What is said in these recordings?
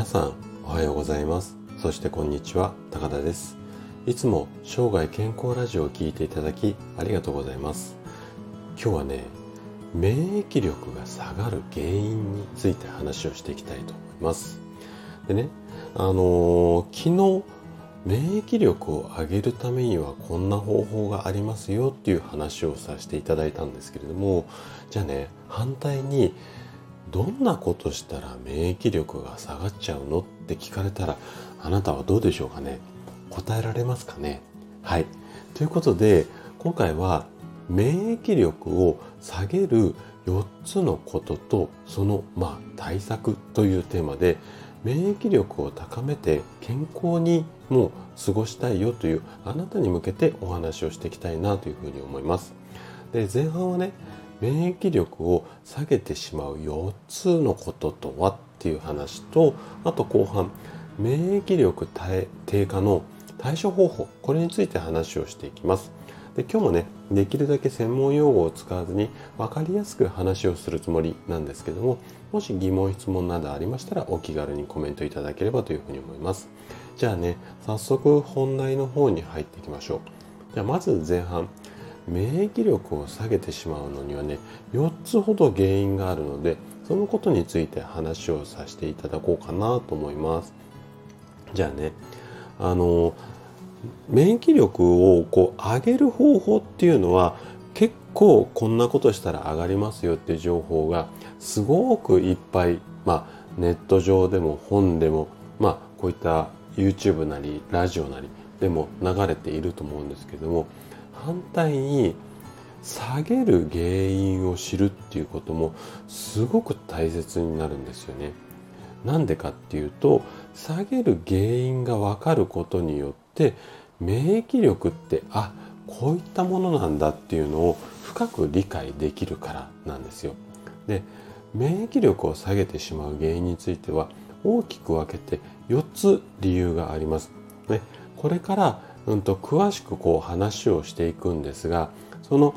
さんおはようございます。そしてこんにちは、高田です。いつも生涯健康ラジオを聞いていただきありがとうございます。今日はね、免疫力が下がる原因について話をしていきたいと思います。でね、昨日免疫力を上げるためにはこんな方法がありますよっていう話をさせていただいたんですけれども、じゃあね、反対にどんなことしたら免疫力が下がっちゃうのって聞かれたら、あなたはどうでしょうかね。答えられますかね。はい。ということで、今回は免疫力を下げる4つのことと、その対策というテーマで、免疫力を高めて健康にもう過ごしたいよというあなたに向けてお話をしていきたいなというふうに思います。で、前半はね、免疫力を下げてしまう4つのこととはっていう話と、あと後半、免疫力低下の対処方法、これについて話をしていきます。で、今日もね、できるだけ専門用語を使わずに分かりやすく話をするつもりなんですけども、もし疑問質問などありましたらお気軽にコメントいただければというふうに思います。じゃあね、早速本題の方に入っていきましょう。じゃあまず前半、免疫力を下げてしまうのにはね、4つほど原因があるので、そのことについて話をさせていただこうかなと思います。じゃあね、免疫力を上げる方法っていうのは、結構こんなことしたら上がりますよっていう情報がすごくいっぱい、ネット上でも本でも、こういった YouTube なりラジオなりでも流れていると思うんですけども、反対に下げる原因を知るっていうこともすごく大切になるんですよね。なんでかっていうと、下げる原因が分かることによって免疫力ってこういったものなんだっていうのを深く理解できるからなんですよ。で、免疫力を下げてしまう原因については大きく分けて4つ理由があります。ね、これから詳しく話をしていくんですが、その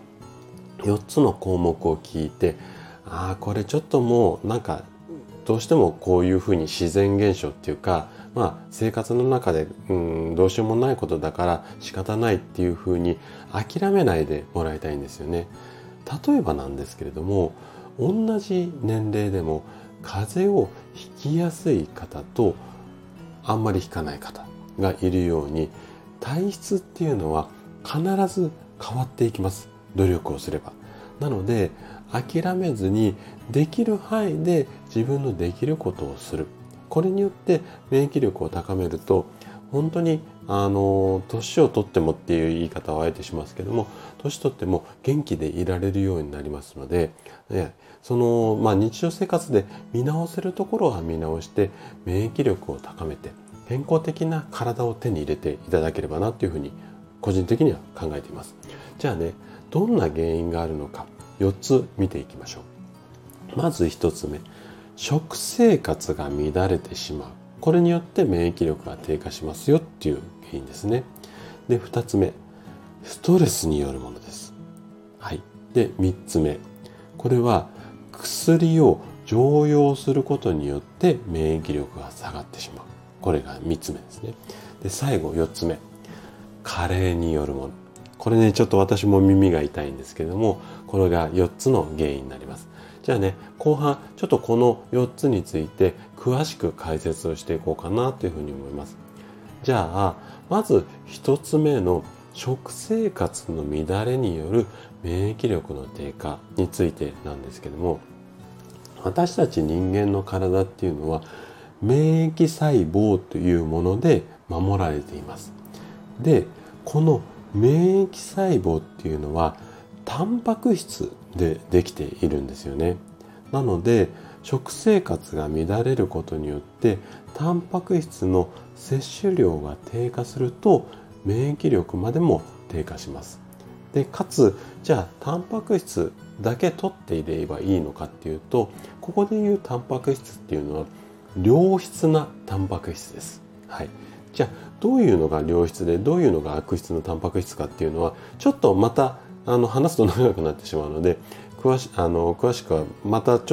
4つの項目を聞いて、これちょっともうどうしてもこういうふうに自然現象っていうか、生活の中でどうしようもないことだから仕方ないっていうふうに諦めないでもらいたいんですよね。例えばなんですけれども、同じ年齢でも風邪をひきやすい方とあんまりひかない方がいるように、体質っていうのは必ず変わっていきます。努力をすれば。なので諦めずにできる範囲で自分のできることをする。これによって免疫力を高めると、本当に年を取ってもっていう言い方をあえてしますけども、年取っても元気でいられるようになりますので、日常生活で見直せるところは見直して免疫力を高めて健康的な体を手に入れていただければなというふうに個人的には考えています。じゃあね、どんな原因があるのか4つ見ていきましょう。まず1つ目、食生活が乱れてしまう。これによって免疫力が低下しますよっていう原因ですね。で、2つ目、ストレスによるものです。はい。で、3つ目、これは薬を常用することによって免疫力が下がってしまう。これが3つ目ですね。で、最後4つ目、加齢によるもの。これね、ちょっと私も耳が痛いんですけども、これが4つの原因になります。じゃあね、後半ちょっとこの4つについて詳しく解説をしていこうかなというふうに思います。じゃあまず1つ目の食生活の乱れによる免疫力の低下についてなんですけども、私たち人間の体っていうのは免疫細胞というもので守られています。で、この免疫細胞っていうのはタンパク質でできているんですよね。なので食生活が乱れることによってタンパク質の摂取量が低下すると免疫力までも低下します。で、かつじゃあタンパク質だけ取っていればいいのかっていうと、ここでいうタンパク質っていうのは良質なタンパク質です。はい。じゃあどういうのが良質でどういうのが悪質なタンパク質かっていうのはちょっとまた話すと長くなってしまうので、詳しくはまたちょっと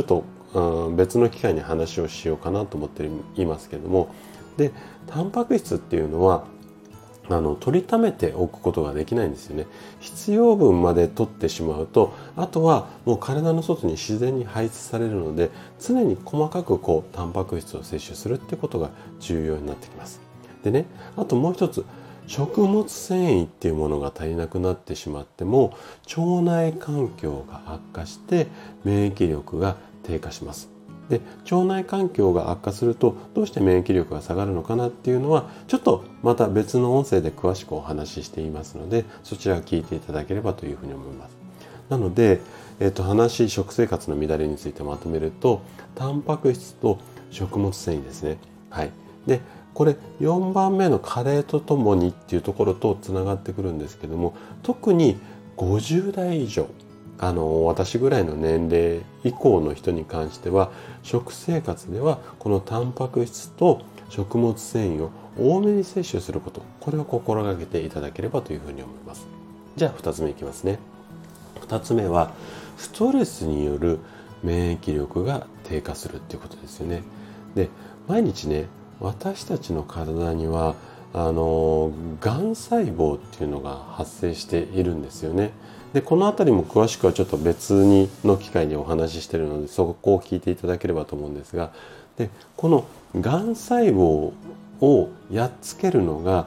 別の機会に話をしようかなと思っていますけども、でタンパク質っていうのは取りためておくことができないんですよね。必要分まで取ってしまうと、あとはもう体の外に自然に排出されるので、常に細かくタンパク質を摂取するってことが重要になってきます。でね、あともう一つ、食物繊維っていうものが足りなくなってしまっても、腸内環境が悪化して免疫力が低下します。で、腸内環境が悪化するとどうして免疫力が下がるのかなっていうのは、ちょっとまた別の音声で詳しくお話ししていますので、そちらを聞いていただければというふうに思います。なので、食生活の乱れについてまとめると、タンパク質と食物繊維ですね。はい。で、これ4番目の加齢とともにっていうところとつながってくるんですけども、特に50代以上、私ぐらいの年齢以降の人に関しては、食生活ではこのタンパク質と食物繊維を多めに摂取すること、これを心がけていただければというふうに思います。じゃあ2つ目いきますね。2つ目はストレスによる免疫力が低下するっていうことですよね。で、毎日ね、私たちの体にはがん細胞っていうのが発生しているんですよね。で、このあたりも詳しくはちょっと別の機会にお話ししているので、そこを聞いていただければと思うんですが、で、このがん細胞をやっつけるのが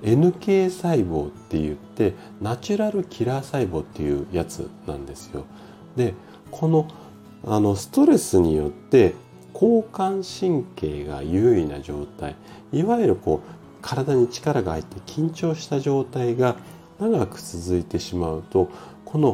NK 細胞って言って、ナチュラルキラー細胞っていうやつなんですよ。で、このストレスによって交感神経が優位な状態、いわゆる体に力が入って緊張した状態が長く続いてしまうと、この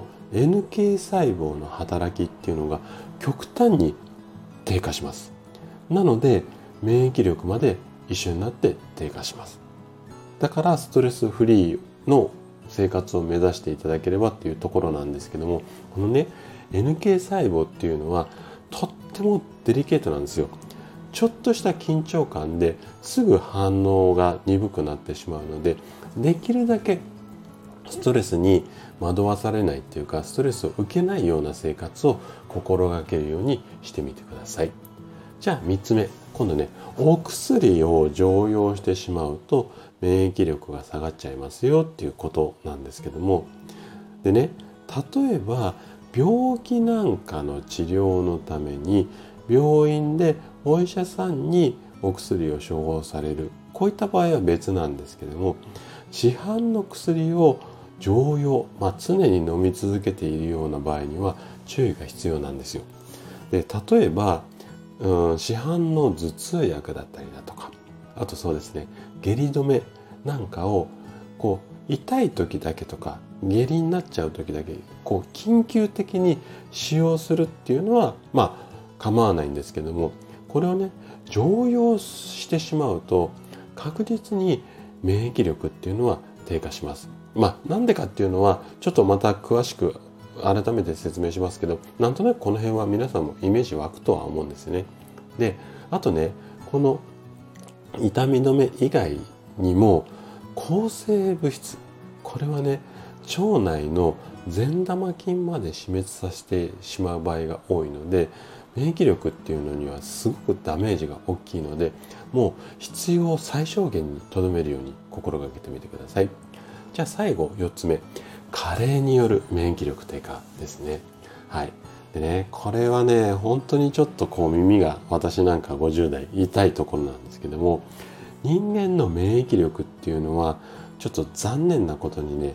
NK 細胞の働きっていうのが極端に低下します。なので免疫力まで一緒になって低下します。だからストレスフリーの生活を目指していただければっていうところなんですけども、このね NK 細胞っていうのはとってもデリケートなんですよ。ちょっとした緊張感ですぐ反応が鈍くなってしまうので、できるだけストレスに惑わされないっていうか、ストレスを受けないような生活を心がけるようにしてみてください。じゃあ3つ目、今度ね、お薬を常用してしまうと免疫力が下がっちゃいますよっていうことなんですけども、でね、例えば病気なんかの治療のために病院でお医者さんにお薬を処方される、こういった場合は別なんですけども、市販の薬を常用、常に飲み続けているような場合には注意が必要なんですよ。で、例えば、市販の頭痛薬だったりだとか、あとそうですね、下痢止めなんかを痛い時だけとか下痢になっちゃう時だけ緊急的に使用するっていうのは構わないんですけども、これをね常用してしまうと確実に免疫力っていうのは低下します。なんでかっていうのはちょっとまた詳しく改めて説明しますけど、なんとなくこの辺は皆さんもイメージ湧くとは思うんですよね。で、あとね、この痛み止め以外にも抗生物質、これはね腸内の善玉菌まで死滅させてしまう場合が多いので、免疫力っていうのにはすごくダメージが大きいので、もう必要最小限にとどめるように心がけてみてください。じゃあ最後4つ目、加齢による免疫力低下ですね。はい。でね、これはね本当にちょっと耳が、私なんか50代痛いところなんですけども、人間の免疫力っていうのはちょっと残念なことにね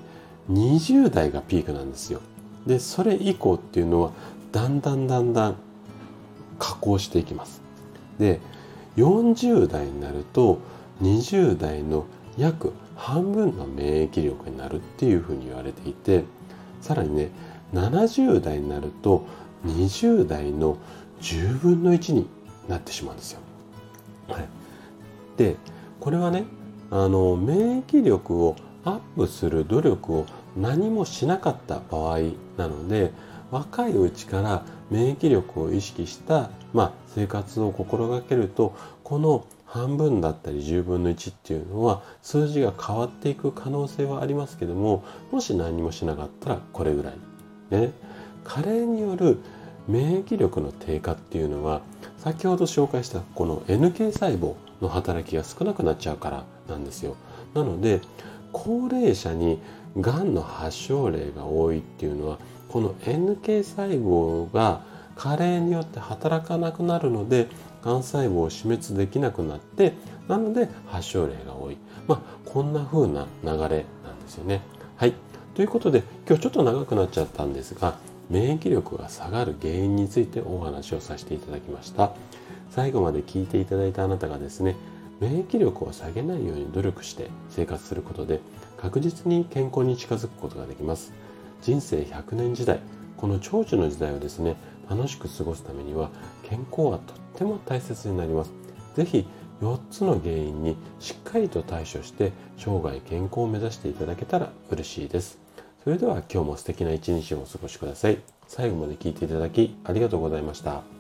20代がピークなんですよ。で、それ以降っていうのはだんだん下降していきます。で、40代になると20代の約半分の免疫力になるっていうふうに言われていて、さらにね70代になると20代の10分の1になってしまうんですよ。はい。で、これはね免疫力をアップする努力を何もしなかった場合なので、若いうちから免疫力を意識した、生活を心がけると、この半分だったり10分の1っていうのは数字が変わっていく可能性はありますけども、もし何もしなかったらこれぐらいね。加齢による免疫力の低下っていうのは先ほど紹介したこの NK 細胞の働きが少なくなっちゃうからなんですよ。なので高齢者にがんの発症例が多いっていうのはこの NK 細胞が加齢によって働かなくなるのでがん細胞を死滅できなくなってなので発症例が多い、こんな風な流れなんですよね。はい、ということで今日ちょっと長くなっちゃったんですが免疫力が下がる原因についてお話をさせていただきました。最後まで聞いていただいたあなたがですね免疫力を下げないように努力して生活することで確実に健康に近づくことができます。人生100年時代この長寿の時代をですね楽しく過ごすためには健康はとっても大切になります。ぜひ4つの原因にしっかりと対処して生涯健康を目指していただけたら嬉しいです。それでは今日も素敵な一日をお過ごしください。最後まで聞いていただきありがとうございました。